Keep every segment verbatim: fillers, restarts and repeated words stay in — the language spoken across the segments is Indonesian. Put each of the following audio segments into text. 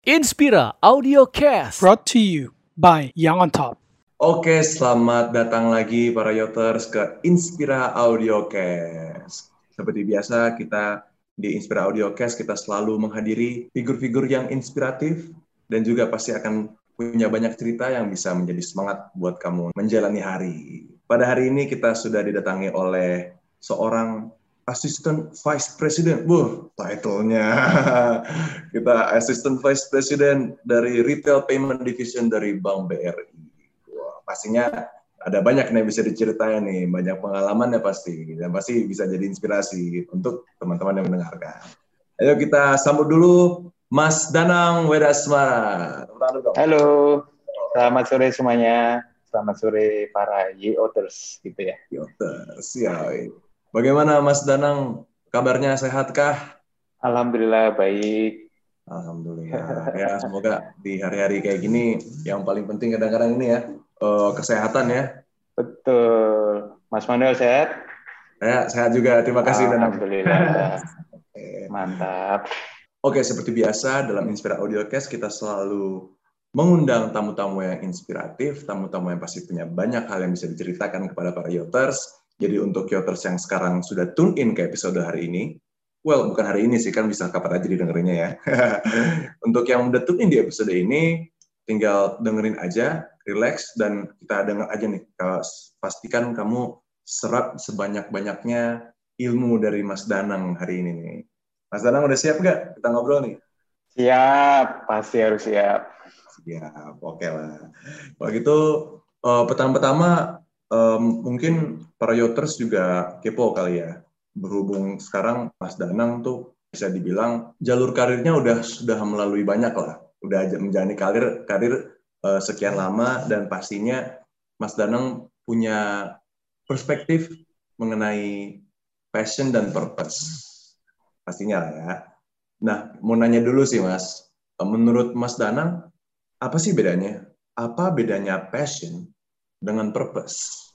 Inspira Audiocast. Brought to you by Young on Top. Oke, selamat datang lagi para Yoters ke Inspira Audiocast. Seperti biasa, kita di Inspira Audiocast kita selalu menghadiri figur-figur yang inspiratif dan juga pasti akan punya banyak cerita yang bisa menjadi semangat buat kamu menjalani hari. Pada hari ini kita sudah didatangi oleh seorang Assistant Vice President, buh, title-nya. Kita Assistant Vice President dari Retail Payment Division dari Bank B R I. Wah, pastinya ada banyak yang bisa diceritain nih, banyak pengalamannya pasti, dan pasti bisa jadi inspirasi untuk teman-teman yang mendengarkan. Ayo kita sambut dulu Mas Danang Wedasmara. Halo, selamat sore semuanya. Selamat sore para Yoters gitu ya. Yoters, ya. Bagaimana Mas Danang, kabarnya sehatkah? Alhamdulillah baik. Alhamdulillah. Ya, semoga di hari-hari kayak gini yang paling penting kadang-kadang ini ya, uh, kesehatan ya. Betul. Mas Manuel sehat? Ya, sehat juga. Terima kasih Danang. Alhamdulillah. Mantap. Oke, seperti biasa dalam Inspira Audiocast kita selalu mengundang tamu-tamu yang inspiratif, tamu-tamu yang pasti punya banyak hal yang bisa diceritakan kepada para Yoters. Jadi untuk Yoters yang sekarang sudah tune in ke episode hari ini, well, bukan hari ini sih, kan bisa kapan aja didengerinnya ya. Untuk yang udah tune in di episode ini, tinggal dengerin aja, relax, dan kita denger aja nih, pastikan kamu serap sebanyak-banyaknya ilmu dari Mas Danang hari ini nih. Mas Danang udah siap nggak? Kita ngobrol nih. Siap, pasti harus siap. Siap, oke lah. Kalau gitu, uh, pertama-tama, um, mungkin para Yoters juga kepo kali ya. Berhubung sekarang Mas Danang tuh bisa dibilang jalur karirnya udah sudah melalui banyak lah. Udah menjalani karir karir uh, sekian lama, dan pastinya Mas Danang punya perspektif mengenai passion dan purpose. Pastinya lah ya. Nah, mau nanya dulu sih Mas. Menurut Mas Danang, apa sih bedanya? Apa bedanya passion dengan purpose?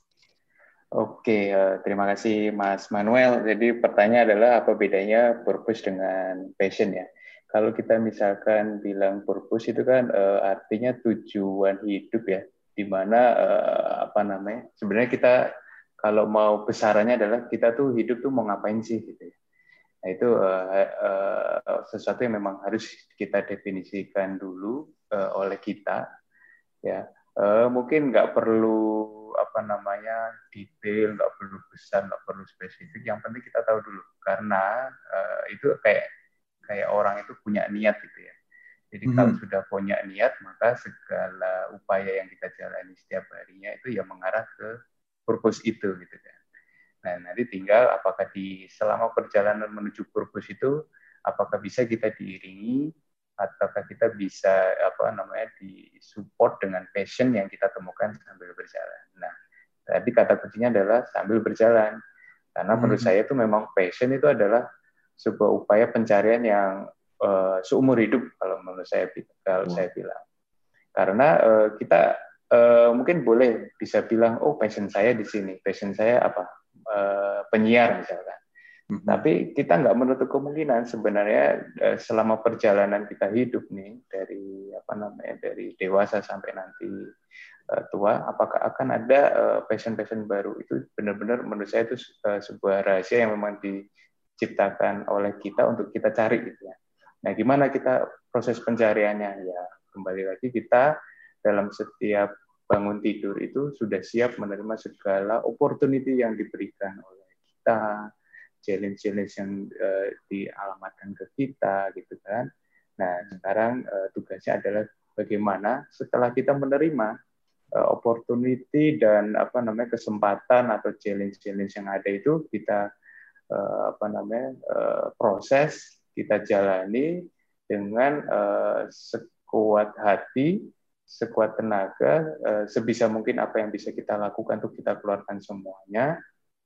Oke, uh, terima kasih Mas Manuel. Jadi pertanyaan adalah apa bedanya purpose dengan passion ya? Kalau kita misalkan bilang purpose itu kan uh, artinya tujuan hidup ya, di mana uh, apa namanya? Sebenarnya kita kalau mau besarannya adalah kita tuh hidup tuh mau ngapain sih gitu ya. Nah itu uh, uh, sesuatu yang memang harus kita definisikan dulu uh, oleh kita ya. Uh, mungkin nggak perlu apa namanya detail, nggak perlu besar, nggak perlu spesifik. Yang penting kita tahu dulu, karena uh, itu kayak kayak orang itu punya niat gitu ya. Jadi mm-hmm. kalau sudah punya niat, maka segala upaya yang kita jalani setiap harinya itu ya mengarah ke purpose itu gitu kan. Nah nanti tinggal apakah di selama perjalanan menuju purpose itu, apakah bisa kita diiringi ataukah kita bisa apa namanya disupport dengan passion yang kita temukan sambil berjalan. Nah, tadi kata kuncinya adalah sambil berjalan. Karena hmm. menurut saya itu memang passion itu adalah sebuah upaya pencarian yang uh, seumur hidup kalau menurut saya kalau hmm. saya bilang. Karena uh, kita uh, mungkin boleh bisa bilang oh passion saya di sini, passion saya apa? Uh, penyiar misalkan. Mm-hmm. Tapi kita nggak menutup kemungkinan sebenarnya eh, selama perjalanan kita hidup nih dari apa namanya dari dewasa sampai nanti eh, tua, apakah akan ada eh, passion-passion baru? Itu benar-benar menurut saya itu eh, sebuah rahasia yang memang diciptakan oleh kita untuk kita cari gitu ya. Nah, gimana kita proses pencariannya? Ya kembali lagi kita dalam setiap bangun tidur itu sudah siap menerima segala opportunity yang diberikan oleh kita, challenge-challenge yang uh, dialamatkan ke kita gitu kan. Nah, sekarang uh, tugasnya adalah bagaimana setelah kita menerima uh, opportunity dan apa namanya kesempatan atau challenge-challenge yang ada itu kita uh, apa namanya uh, proses, kita jalani dengan uh, sekuat hati, sekuat tenaga, uh, sebisa mungkin apa yang bisa kita lakukan untuk kita keluarkan semuanya.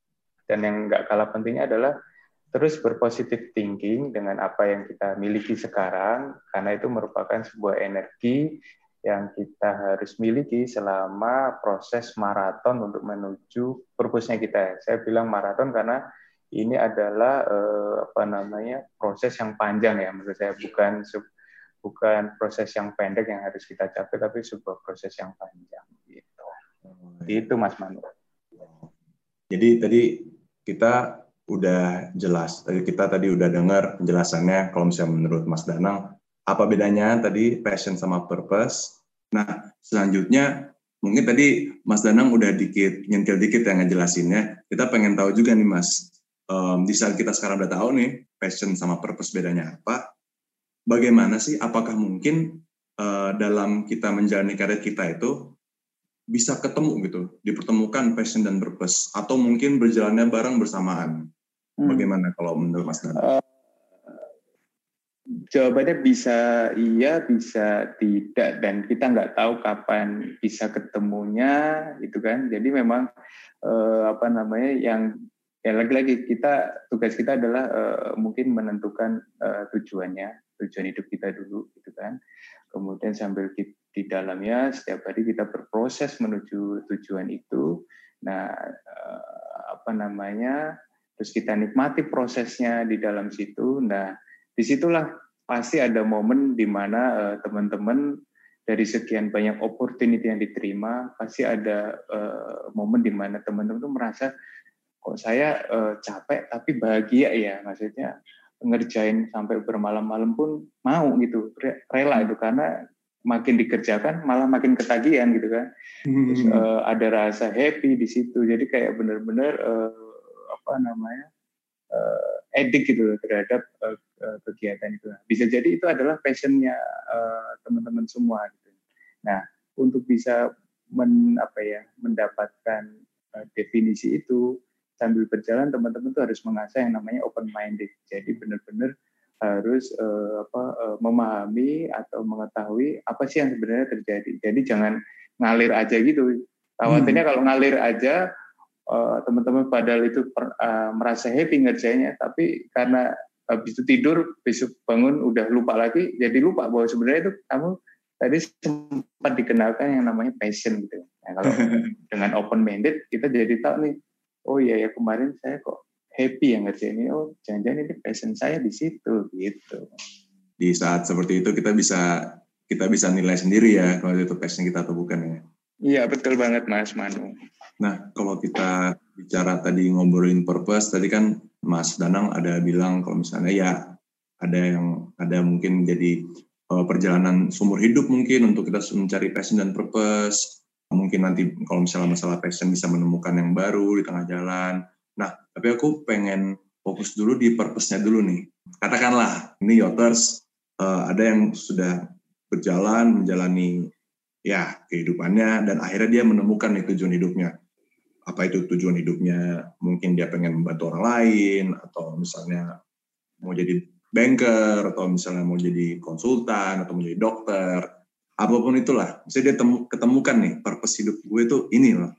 Dan yang nggak kalah pentingnya adalah terus berpositif thinking dengan apa yang kita miliki sekarang, karena itu merupakan sebuah energi yang kita harus miliki selama proses maraton untuk menuju purpose-nya kita. Saya bilang maraton karena ini adalah eh, apa namanya proses yang panjang ya menurut saya, bukan bukan proses yang pendek yang harus kita capai, tapi sebuah proses yang panjang gitu. Itu Mas Manu. Jadi tadi kita udah jelas, tadi kita tadi udah dengar penjelasannya. Kalau misalnya menurut Mas Danang, apa bedanya tadi passion sama purpose? Nah, selanjutnya mungkin tadi Mas Danang udah dikit nyentil dikit yang ngejelasinnya. Kita pengen tahu juga nih Mas, um, di saat kita sekarang udah tahu nih passion sama purpose bedanya apa? Bagaimana sih? Apakah mungkin uh, dalam kita menjalani karir kita itu bisa ketemu gitu, dipertemukan passion dan purpose, atau mungkin berjalannya bareng bersamaan? Hmm. Bagaimana kalau menurut Mas Danang? Uh, jawabannya bisa iya, bisa tidak, dan kita nggak tahu kapan bisa ketemunya, gitu kan. Jadi memang uh, apa namanya yang ya lagi-lagi kita tugas kita adalah uh, mungkin menentukan uh, tujuannya, tujuan hidup kita dulu, gitu kan. Kemudian sambil kita, di dalamnya setiap hari kita berproses menuju tujuan itu. Nah, uh, apa namanya? Terus kita nikmati prosesnya di dalam situ. Nah, disitulah pasti ada momen di mana uh, teman-teman dari sekian banyak opportunity yang diterima, pasti ada uh, momen di mana teman-teman tuh merasa kok saya uh, capek tapi bahagia ya, maksudnya ngerjain sampai bermalam-malam pun mau gitu, rela itu, karena makin dikerjakan malah makin ketagihan gitu kan. Terus uh, ada rasa happy di situ, jadi kayak benar-benar uh, apa namanya uh, edik gitu terhadap uh, kegiatan itu. Bisa jadi itu adalah passionnya uh, teman-teman semua gitu. Nah, untuk bisa men, apa ya, mendapatkan uh, definisi itu sambil berjalan, teman-teman tuh harus mengasah yang namanya open minded. Jadi benar-benar harus uh, apa uh, memahami atau mengetahui apa sih yang sebenarnya terjadi. Jadi jangan ngalir aja gitu. Khawatirnya hmm. kalau ngalir aja uh, teman-teman padahal itu per, uh, merasa happy ngerjainnya, tapi karena habis itu tidur, besok bangun udah lupa lagi, jadi lupa bahwa sebenarnya itu kamu tadi sempat dikenalkan yang namanya passion gitu. Nah, kalau dengan open minded kita jadi tahu nih, oh iya ya kemarin saya kok happy yang ngerjain ini, oh jangan-jangan ini passion saya di situ gitu. Di saat seperti itu kita bisa kita bisa nilai sendiri ya kalau itu passion kita atau bukan ya. Iya betul banget Mas Manu. Nah kalau kita bicara tadi ngobrolin purpose, tadi kan Mas Danang ada bilang kalau misalnya ya ada yang ada mungkin jadi uh, perjalanan seumur hidup mungkin untuk kita mencari passion dan purpose. Mungkin nanti kalau misalnya masalah passion bisa menemukan yang baru di tengah jalan. Nah, tapi aku pengen fokus dulu di purpose-nya dulu nih. Katakanlah, ini Yoters, uh, ada yang sudah berjalan, menjalani ya kehidupannya, dan akhirnya dia menemukan nih tujuan hidupnya. Apa itu tujuan hidupnya? Mungkin dia pengen membantu orang lain, atau misalnya mau jadi banker, atau misalnya mau jadi konsultan, atau mau jadi dokter. Apapun itulah, misalnya dia temu, ketemukan nih, purpose hidup gue itu ini loh.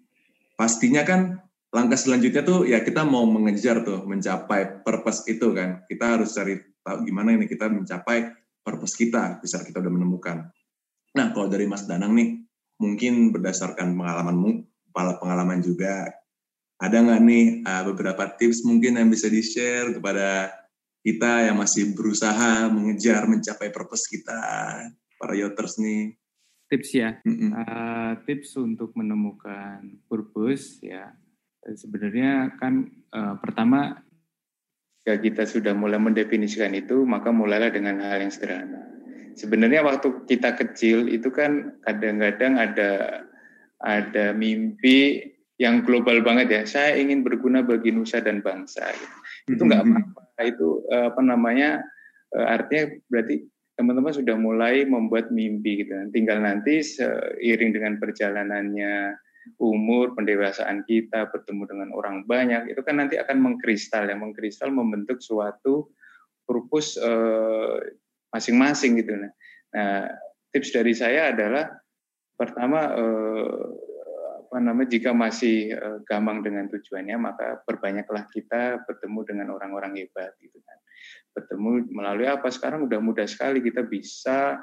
Pastinya kan, langkah selanjutnya tuh ya kita mau mengejar tuh mencapai purpose itu kan. Kita harus cari tahu gimana ini kita mencapai purpose kita bisa kita udah menemukan. Nah, kalau dari Mas Danang nih, mungkin berdasarkan pengalamanmu, pengalaman juga, ada nggak nih uh, beberapa tips mungkin yang bisa di-share kepada kita yang masih berusaha mengejar mencapai purpose kita, para Yoters nih? Tips ya, uh, tips untuk menemukan purpose ya. Sebenarnya kan uh, pertama jika kita sudah mulai mendefinisikan itu, maka mulailah dengan hal yang sederhana. Sebenarnya waktu kita kecil itu kan kadang-kadang ada ada mimpi yang global banget ya. Saya ingin berguna bagi nusa dan bangsa. Gitu. Itu nggak apa-apa. Itu uh, apa namanya? Uh, artinya berarti teman-teman sudah mulai membuat mimpi gitu. Tinggal nanti seiring dengan perjalanannya umur, pendewasaan kita, bertemu dengan orang banyak, itu kan nanti akan mengkristal, ya, mengkristal membentuk suatu purpose eh, masing-masing gitu. Nah, tips dari saya adalah pertama eh, apa namanya, jika masih eh, gampang dengan tujuannya, maka perbanyaklah kita bertemu dengan orang-orang hebat gitu kan. Bertemu melalui apa? Sekarang udah mudah sekali kita bisa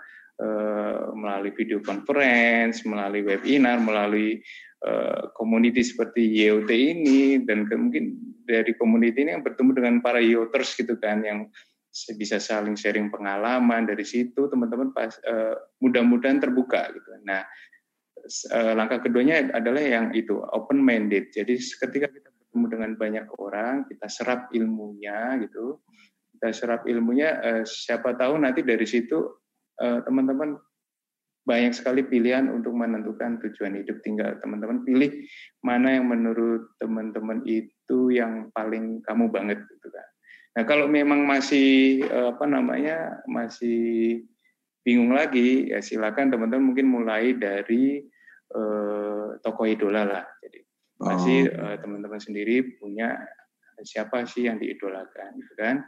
Uh, melalui video conference, melalui webinar, melalui uh, community seperti Y O T ini, dan ke, mungkin dari community ini yang bertemu dengan para Yoters gitu kan, yang bisa saling sharing pengalaman dari situ teman-teman pas uh, mudah-mudahan terbuka gitu. Nah, uh, langkah keduanya adalah yang itu open minded. Jadi ketika kita bertemu dengan banyak orang, kita serap ilmunya gitu. Kita serap ilmunya, uh, siapa tahu nanti dari situ uh, teman-teman banyak sekali pilihan untuk menentukan tujuan hidup. Tinggal teman-teman pilih mana yang menurut teman-teman itu yang paling kamu banget gitu kan. Nah, kalau memang masih apa namanya masih bingung lagi, ya silakan teman-teman mungkin mulai dari eh, tokoh idola lah. Jadi masih oh. eh, teman-teman sendiri punya siapa sih yang diidolakan, gitu kan?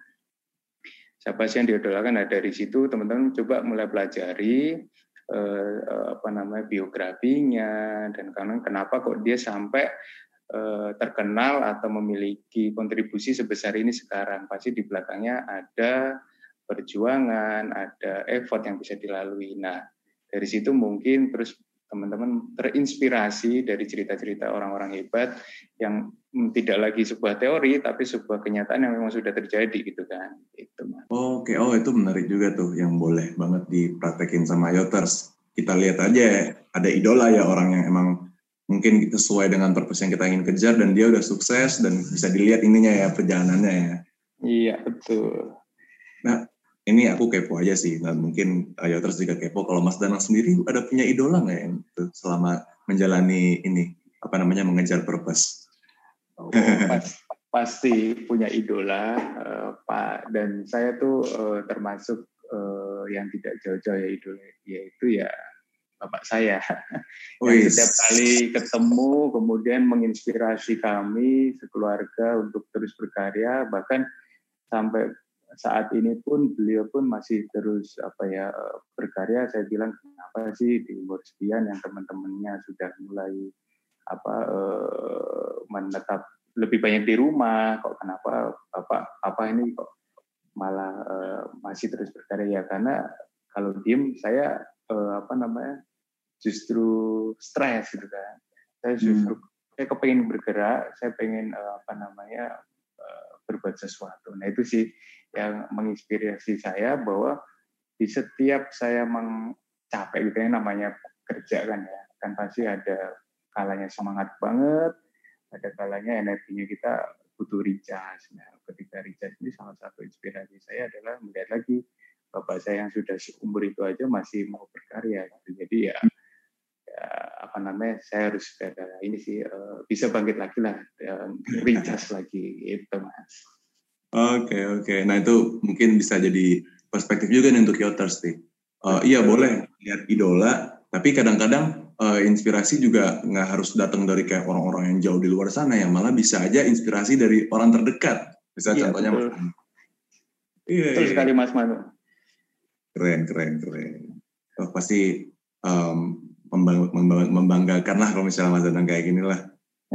Siapa sih yang diidolakan? Nah, dari situ teman-teman coba mulai pelajari eh, apa namanya biografinya dan karena kenapa kok dia sampai terkenal atau memiliki kontribusi sebesar ini sekarang. Pasti di belakangnya ada perjuangan, ada effort yang bisa dilalui. Nah, dari situ mungkin terus teman-teman terinspirasi dari cerita-cerita orang-orang hebat yang tidak lagi sebuah teori, tapi sebuah kenyataan yang memang sudah terjadi gitu kan. Itu, Oke, oh itu menarik juga tuh yang boleh banget dipraktekin sama Yoters. Kita lihat aja ada idola ya orang yang emang mungkin sesuai dengan purpose yang kita ingin kejar dan dia udah sukses dan bisa dilihat ininya ya perjalanannya ya. Iya betul. Nah ini aku kepo aja sih dan mungkin Yoters juga kepo kalau Mas Danang sendiri ada punya idola nggak ya gitu, selama menjalani ini apa namanya mengejar purpose? Oh, pas, pasti punya idola uh, Pak dan saya tuh uh, termasuk uh, yang tidak jauh-jauh ya idola yaitu ya bapak saya yang setiap kali ketemu kemudian menginspirasi kami sekeluarga untuk terus berkarya, bahkan sampai saat ini pun beliau pun masih terus apa ya berkarya. Saya bilang kenapa sih di umur sekian yang teman-temannya sudah mulai apa eh, menetap lebih banyak di rumah, kok kenapa bapak apa ini kok malah eh, masih terus berkarya? Ya karena kalau diem saya eh, apa namanya justru stres gitu kan. Saya justru hmm. saya kepengen bergerak, saya pengen uh, apa namanya uh, berbuat sesuatu. Nah itu sih yang menginspirasi saya bahwa di setiap saya mencapai gitu ya namanya kerja kan ya, kan pasti ada kalanya semangat banget, ada kalanya energinya kita butuh recharge. Nah ketika recharge ini salah satu inspirasi saya adalah melihat lagi bapak saya yang sudah seumur itu aja masih mau berkarya gitu. Jadi ya Ya, apa namanya saya harus ada ini sih uh, bisa bangkit lagi lah uh, recharge lagi itu Mas. Oke okay, oke okay. Nah itu mungkin bisa jadi perspektif juga nih untuk Yoters nih. Uh, iya boleh lihat idola tapi kadang-kadang uh, inspirasi juga nggak harus datang dari kayak orang-orang yang jauh di luar sana ya, malah bisa aja inspirasi dari orang terdekat. Bisa iya, contohnya betul. Mas Iya, betul iya. sekali Mas Manu. Keren keren keren. Oh, pasti um, Membang- membanggakan lah kalau misalnya Mas Danang kayak gini lah.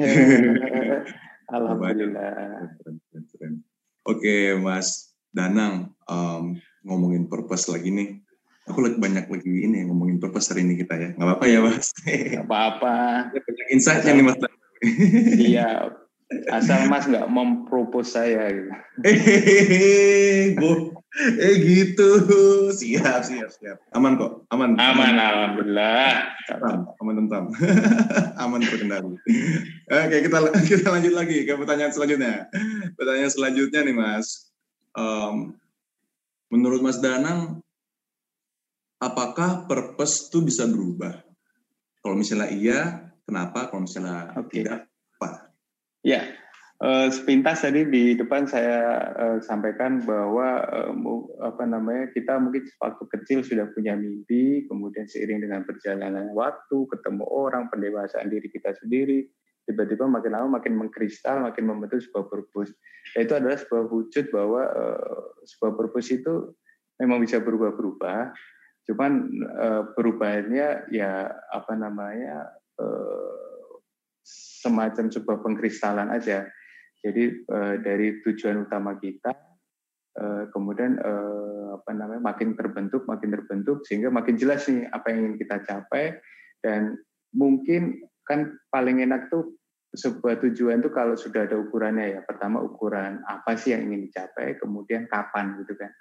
Alhamdulillah. Oke Mas Danang, um, ngomongin purpose lagi nih. Aku lagi banyak lagi ini ngomongin purpose hari ini kita ya. Nggak apa-apa ya Mas? Nggak apa-apa. Banyak insight-nya nih Mas Danang. Iya. Asal Mas nggak mempropose saya gitu. Eh, eh gitu. Siap, siap, siap. Aman kok, aman. Aman, aman. Alhamdulillah. Aman, aman tentang. Aman terkendali. Oke, kita kita lanjut lagi ke pertanyaan selanjutnya. Pertanyaan selanjutnya nih Mas. Um, menurut Mas Danang, apakah purpose itu bisa berubah? Kalau misalnya iya, kenapa? Kalau misalnya okay. tidak, apa? Ya, uh, sepintas tadi di depan saya uh, sampaikan bahwa uh, apa namanya kita mungkin waktu kecil sudah punya mimpi, kemudian seiring dengan perjalanan waktu, ketemu orang, pendewasaan diri kita sendiri, tiba-tiba makin lama makin mengkristal, makin membentuk sebuah purpose. Itu adalah sebuah wujud bahwa uh, sebuah purpose itu memang bisa berubah-berubah, cuman uh, perubahannya ya apa namanya uh, semacam sebuah pengkristalan aja. Jadi uh, dari tujuan utama kita, uh, kemudian uh, apa namanya makin terbentuk, makin terbentuk sehingga makin jelas nih apa yang ingin kita capai. Dan mungkin kan paling enak tuh sebuah tujuan tuh kalau sudah ada ukurannya ya. Pertama ukuran apa sih yang ingin dicapai, kemudian kapan gitu kan.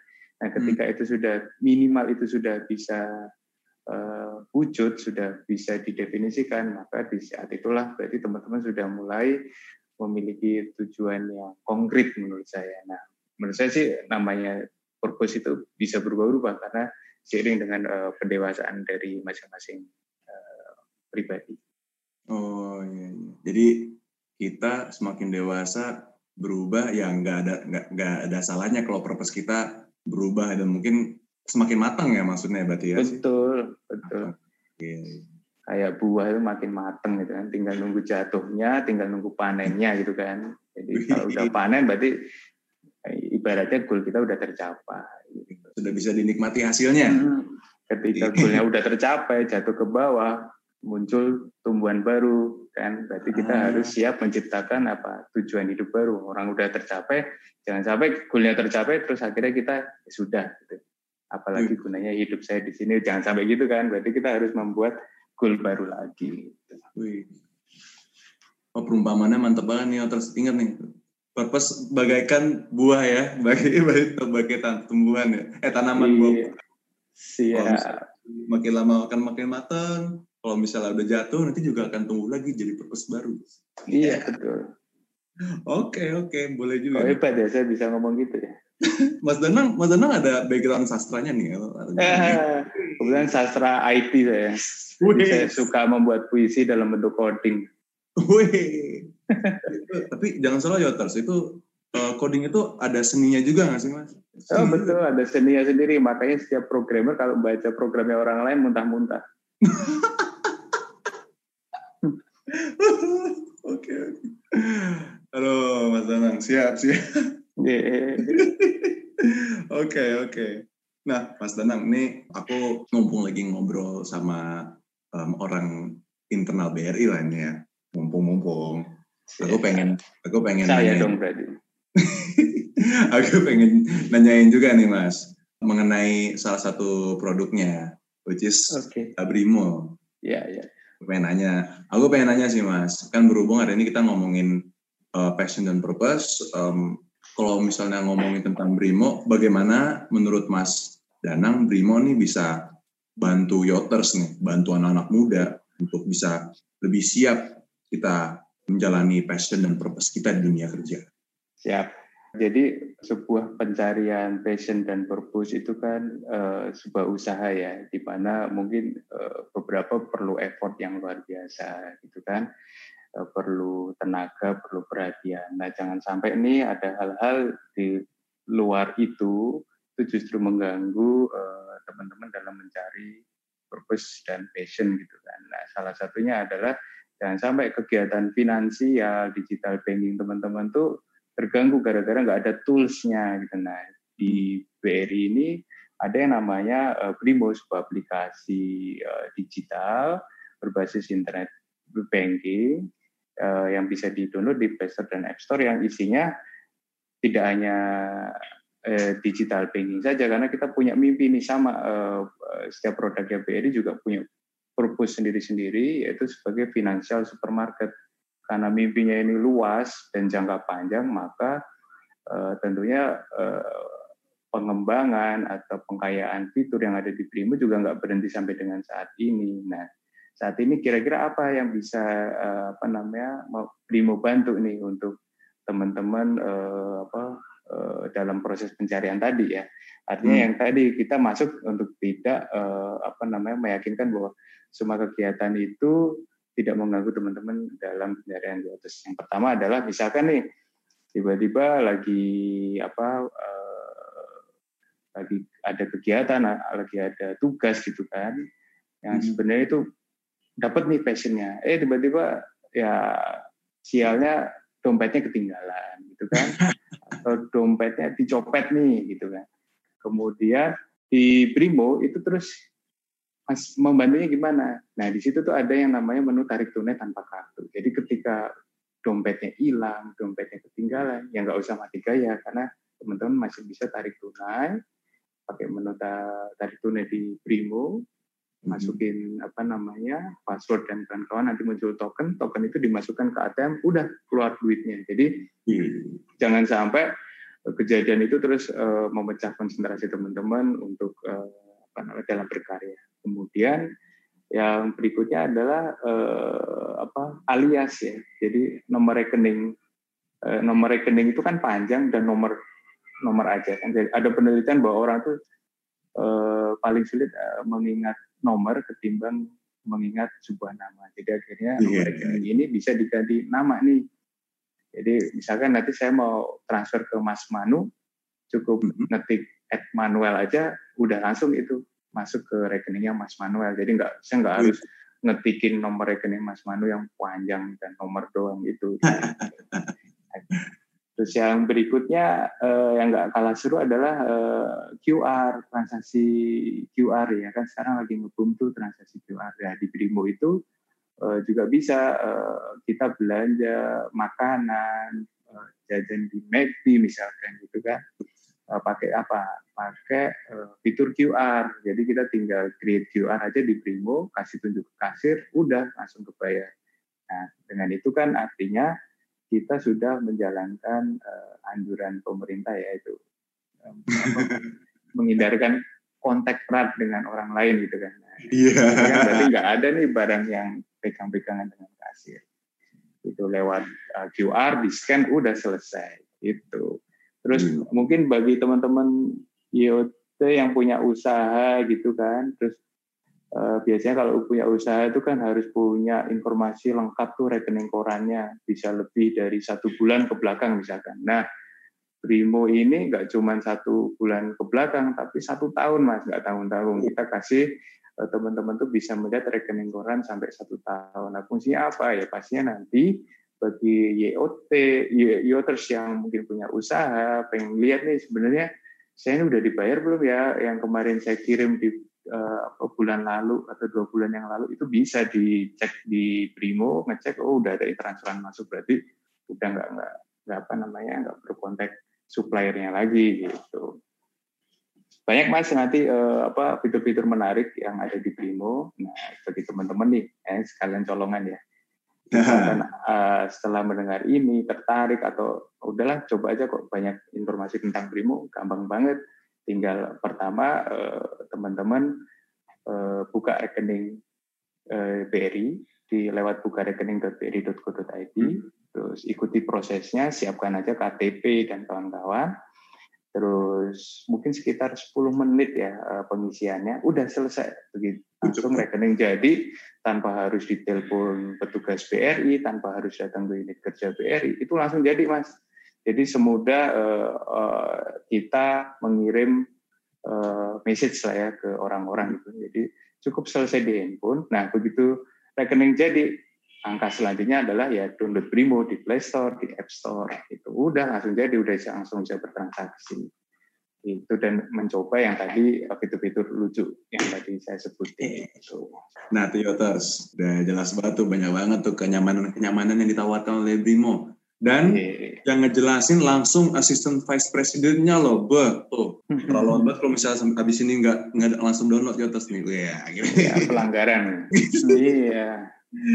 Nah, ketika hmm. itu sudah minimal itu sudah bisa uh, wujud, sudah bisa didefinisikan, maka di saat itulah berarti teman-teman sudah mulai memiliki tujuan yang konkret menurut saya. Nah, menurut saya sih namanya purpose itu bisa berubah-ubah karena seiring dengan uh, pendewasaan dari masing-masing uh, pribadi. Oh iya, iya. Jadi kita semakin dewasa berubah, ya nggak ada nggak nggak ada salahnya kalau purpose kita berubah dan mungkin semakin matang ya maksudnya berarti ya. Betul, betul. Iya. Kayak buah itu makin matang gitu kan, tinggal nunggu jatuhnya, tinggal nunggu panennya gitu kan. Jadi kalau udah panen berarti ibaratnya goal kita udah tercapai. Gitu. Sudah bisa dinikmati hasilnya. Hmm. Ketika goalnya udah tercapai, jatuh ke bawah, muncul tumbuhan baru kan. Berarti kita ah. harus siap menciptakan apa tujuan hidup baru. Orang udah tercapai, jangan sampai goalnya tercapai terus akhirnya kita ya sudah. Gitu. Apalagi gunanya hidup saya di sini, jangan sampai gitu kan. Berarti kita harus membuat goal baru lagi. Wih. Oh, perumpamannya mantap banget nih. Terus ingat nih, purpose bagaikan buah ya, bagai bagai tumbuhan ya, eh tanaman iya. buah. Siap. Makin lama akan makin matang. Kalau misalnya udah jatuh, nanti juga akan tumbuh lagi jadi purpose baru. Iya betul. Oke oke, boleh juga. Oh hebat ya, saya bisa ngomong gitu ya. Mas Danang, Mas Danang ada background sastranya nih. Eh, kebetulan sastra I T saya. Jadi saya suka membuat puisi dalam bentuk coding. Wih. Tapi jangan salah Yoters, itu uh, coding itu ada seninya juga nggak sih Mas? Oh betul, ada seninya sendiri. Makanya setiap programmer kalau baca programnya orang lain muntah-muntah. Oke oke. Halo Mas Danang, siap siap. Oke oke. Nah Mas Danang, ini aku mumpung lagi ngobrol sama um, orang internal B R I lah ini ya. Mumpung-mumpung. Aku pengen, aku pengen. Saya dong berarti. Aku pengen nanyain juga nih Mas mengenai salah satu produknya, which is okay. Brimo. Iya iya. Aku pengen nanya, aku pengen nanya sih Mas. Kan berhubung hari ini kita ngomongin uh, passion dan purpose. Um, kalau misalnya ngomongin tentang Brimo, bagaimana menurut Mas Danang Brimo nih bisa bantu Yoters nih, bantu anak-anak muda untuk bisa lebih siap kita menjalani passion dan purpose kita di dunia kerja. Siap. Jadi sebuah pencarian passion dan purpose itu kan uh, sebuah usaha ya, di mana mungkin uh, beberapa perlu effort yang luar biasa, gitu kan, uh, perlu tenaga, perlu perhatian. Nah, jangan sampai ini ada hal-hal di luar itu itu justru mengganggu uh, teman-teman dalam mencari purpose dan passion, gitu kan. Nah, salah satunya adalah jangan sampai kegiatan finansial, digital banking teman-teman tuh terganggu gara-gara nggak ada tools-nya gitu. Nah, di B R I ini ada yang namanya uh, Brimo, sebuah aplikasi uh, digital berbasis internet banking uh, yang bisa di-download di Play Store dan App Store, yang isinya tidak hanya uh, digital banking saja, karena kita punya mimpi nih sama uh, setiap produknya B R I juga punya purpose sendiri-sendiri, yaitu sebagai financial supermarket. Karena mimpinya ini luas dan jangka panjang, maka uh, tentunya uh, pengembangan atau pengkayaan fitur yang ada di Brimo juga nggak berhenti sampai dengan saat ini. Nah, saat ini kira-kira apa yang bisa uh, apa namanya Brimo bantu nih untuk teman-teman uh, apa uh, dalam proses pencarian tadi ya. Artinya hmm. yang tadi kita masuk untuk tidak uh, apa namanya meyakinkan bahwa semua kegiatan itu tidak mengganggu teman-teman dalam pencarian Yoters. Yang pertama adalah misalkan nih tiba-tiba lagi apa uh, lagi ada kegiatan, lagi ada tugas gitu kan, yang hmm. sebenarnya itu dapat nih passionnya, eh tiba-tiba ya sialnya dompetnya ketinggalan gitu kan, atau dompetnya dicopet nih gitu kan. Kemudian di Brimo itu terus Mas membantunya gimana? Nah, di situ tuh ada yang namanya menu tarik tunai tanpa kartu. Jadi ketika dompetnya hilang, dompetnya ketinggalan, ya nggak usah mati gaya, karena teman-teman masih bisa tarik tunai, pakai menu tarik tunai di Brimo, mm-hmm. masukin apa namanya password dan kawan-kawan, nanti muncul token, token itu dimasukkan ke A T M, udah keluar duitnya. Jadi mm-hmm. jangan sampai kejadian itu terus uh, memecah konsentrasi teman-teman untuk uh, apa namanya dalam berkarya. Kemudian yang berikutnya adalah uh, apa alias ya. Jadi nomor rekening uh, nomor rekening itu kan panjang dan nomor nomor aja kan. Jadi ada penelitian bahwa orang tuh uh, paling sulit uh, mengingat nomor ketimbang mengingat sebuah nama. Jadi akhirnya nomor rekening ini bisa diganti nama nih. Jadi misalkan nanti saya mau transfer ke Mas Manu, cukup ngetik at Manuel aja, udah langsung itu masuk ke rekeningnya Mas Manuel. Jadi nggak, saya nggak harus ngetikin nomor rekening Mas Manu yang panjang dan nomor doang itu. Terus yang berikutnya eh, yang nggak kalah seru adalah eh, Q R, transaksi Q R ya kan sekarang lagi nge-boom tuh transaksi Q R ya di Brimo itu eh, juga bisa eh, kita belanja makanan, eh, jajan di McD misalkan gitu kan. Pakai apa? Pakai uh, fitur Q R. Jadi kita tinggal create Q R aja di Brimo, kasih tunjuk ke kasir, udah langsung kebayar. Nah, dengan itu kan artinya kita sudah menjalankan uh, anjuran pemerintah yaitu um, apa, menghindarkan kontak erat dengan orang lain gitu kan. Iya. Nah, kan berarti nggak ada nih barang yang pegang-pegangan dengan kasir. Itu lewat uh, Q R, di scan, udah selesai. Itu. Terus hmm. mungkin bagi teman-teman Y O T yang punya usaha gitu kan, terus uh, biasanya kalau punya usaha itu kan harus punya informasi lengkap tuh rekening korannya, bisa lebih dari satu bulan ke belakang misalkan. Nah, Brimo ini nggak cuma satu bulan ke belakang, tapi satu tahun mas, nggak tahun-tahun. Kita kasih uh, teman-teman tuh bisa melihat rekening koran sampai satu tahun. Nah, fungsinya apa ya? Pastinya nanti bagi Y O T, Y O Ters yang mungkin punya usaha, pengen lihat nih sebenarnya saya ini udah dibayar belum ya, yang kemarin saya kirim di uh, bulan lalu atau dua bulan yang lalu, itu bisa dicek di Brimo, ngecek, oh udah ada transferan masuk, berarti udah nggak nggak nggak apa namanya nggak berkontak suppliernya lagi gitu. Banyak mas nanti uh, apa fitur-fitur menarik yang ada di Brimo. Nah bagi teman-teman nih, eh, sekalian colongan ya. Misalkan uh, setelah mendengar ini tertarik atau udahlah coba aja kok banyak informasi tentang Brimo, gampang banget. Tinggal pertama uh, teman-teman uh, buka rekening uh, B R I di lewat buka rekening dot b r i dot co dot i d, terus ikuti prosesnya, siapkan aja K T P dan kawan-kawan. Terus mungkin sekitar sepuluh menit ya pengisiannya, udah selesai. Begitu langsung rekening jadi, tanpa harus ditelepon petugas B R I, tanpa harus datang ke unit kerja B R I, itu langsung jadi mas. Jadi semudah uh, uh, kita mengirim uh, message lah ya ke orang-orang gitu. Jadi cukup selesai di handphone. Nah begitu rekening jadi, angka selanjutnya adalah ya download Brimo di Play Store, di App Store. Itu udah langsung jadi, udah langsung bisa bertransaksi. Itu dan mencoba yang tadi fitur-fitur lucu yang tadi saya sebutin. Itu. Nah, Yoters, udah jelas banget tuh, banyak banget tuh kenyamanan-kenyamanan yang ditawarkan oleh Brimo. Dan yeah. yang ngejelasin langsung asisten vice presidennya loh, bah, tuh terlalu banget kalau misalnya abis ini nggak nggak langsung download Yoters nih, ya, gitu. Ya, pelanggaran. Iya.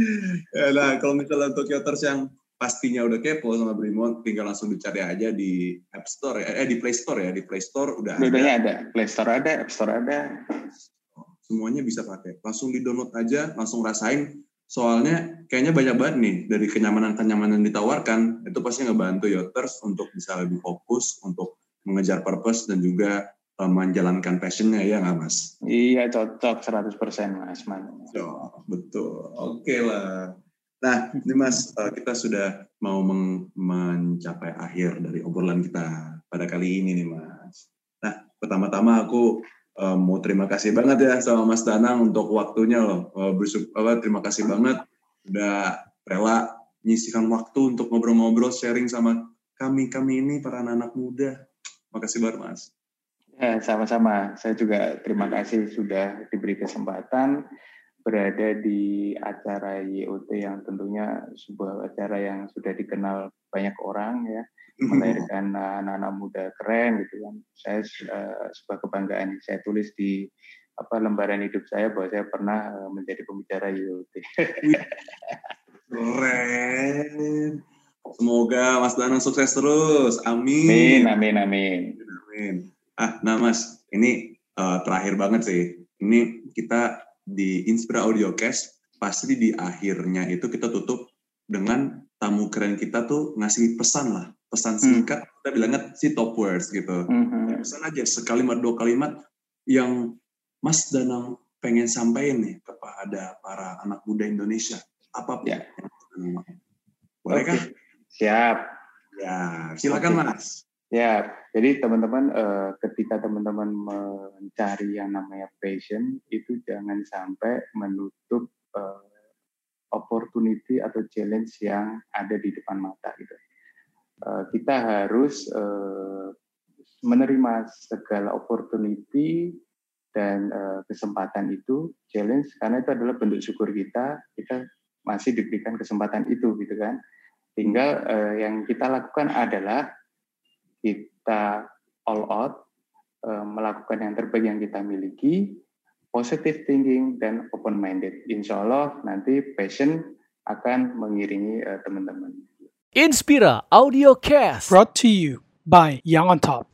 Ya, nah, kalau misalnya untuk Yoters yang pastinya udah kepo sama Brimo, tinggal langsung dicari aja di App Store ya, eh di Play Store ya, di Play Store udah bedanya ada. ada, Play Store ada, App Store ada. Semuanya bisa pakai. Langsung di-download aja, langsung rasain. Soalnya kayaknya banyak banget nih dari kenyamanan-kenyamanan ditawarkan, itu pasti ngebantu Yoters untuk bisa lebih fokus untuk mengejar purpose dan juga uh, menjalankan passion-nya, ya nggak Mas? Iya, cocok seratus persen Mas. Oh, betul. Oke okay lah. Nah, ini Mas, kita sudah mau meng- mencapai akhir dari obrolan kita pada kali ini nih Mas. Nah, pertama-tama aku um, mau terima kasih banget ya sama Mas Danang untuk waktunya loh. Uh, bersyukur, apa, terima kasih banget udah rela nyisikan waktu untuk ngobrol-ngobrol, sharing sama kami-kami ini para anak-anak muda. Makasih banget Mas. Ya, sama-sama. Saya juga terima kasih sudah diberi kesempatan berada di acara Y O T yang tentunya sebuah acara yang sudah dikenal banyak orang ya, melahirkan anak-anak muda keren gitu kan. Saya uh, sebuah kebanggaan saya tulis di apa lembaran hidup saya bahwa saya pernah uh, menjadi pembicara Y O T. Keren. Semoga Mas Danang sukses terus. Amin. Amin, amin, amin. Amin. Ah, nah Mas, ini uh, terakhir banget sih. Ini kita di Inspira Audiocast, pasti di akhirnya itu kita tutup dengan tamu keren kita tuh ngasih pesan lah. Pesan singkat, hmm. kita bilangnya si top words gitu. Hmm. Ya, pesan aja sekalimat dua kalimat yang Mas Danang pengen sampaikan nih kepada para anak muda Indonesia. Apapun. Ya. Boleh kan? Okay. Siap. Ya, silakan okay. Mas. Ya, jadi teman-teman eh, ketika teman-teman mencari yang namanya passion itu jangan sampai menutup eh, opportunity atau challenge yang ada di depan mata gitu. Eh, kita harus eh, menerima segala opportunity dan eh, kesempatan itu, challenge, karena itu adalah bentuk syukur kita. Kita masih diberikan kesempatan itu gitu kan. Tinggal eh, yang kita lakukan adalah kita all out, uh, melakukan yang terbaik yang kita miliki, positive thinking, dan open-minded. Insya Allah nanti passion akan mengiringi uh, teman-teman. Inspira Audiocast. Brought to you by Young on Top.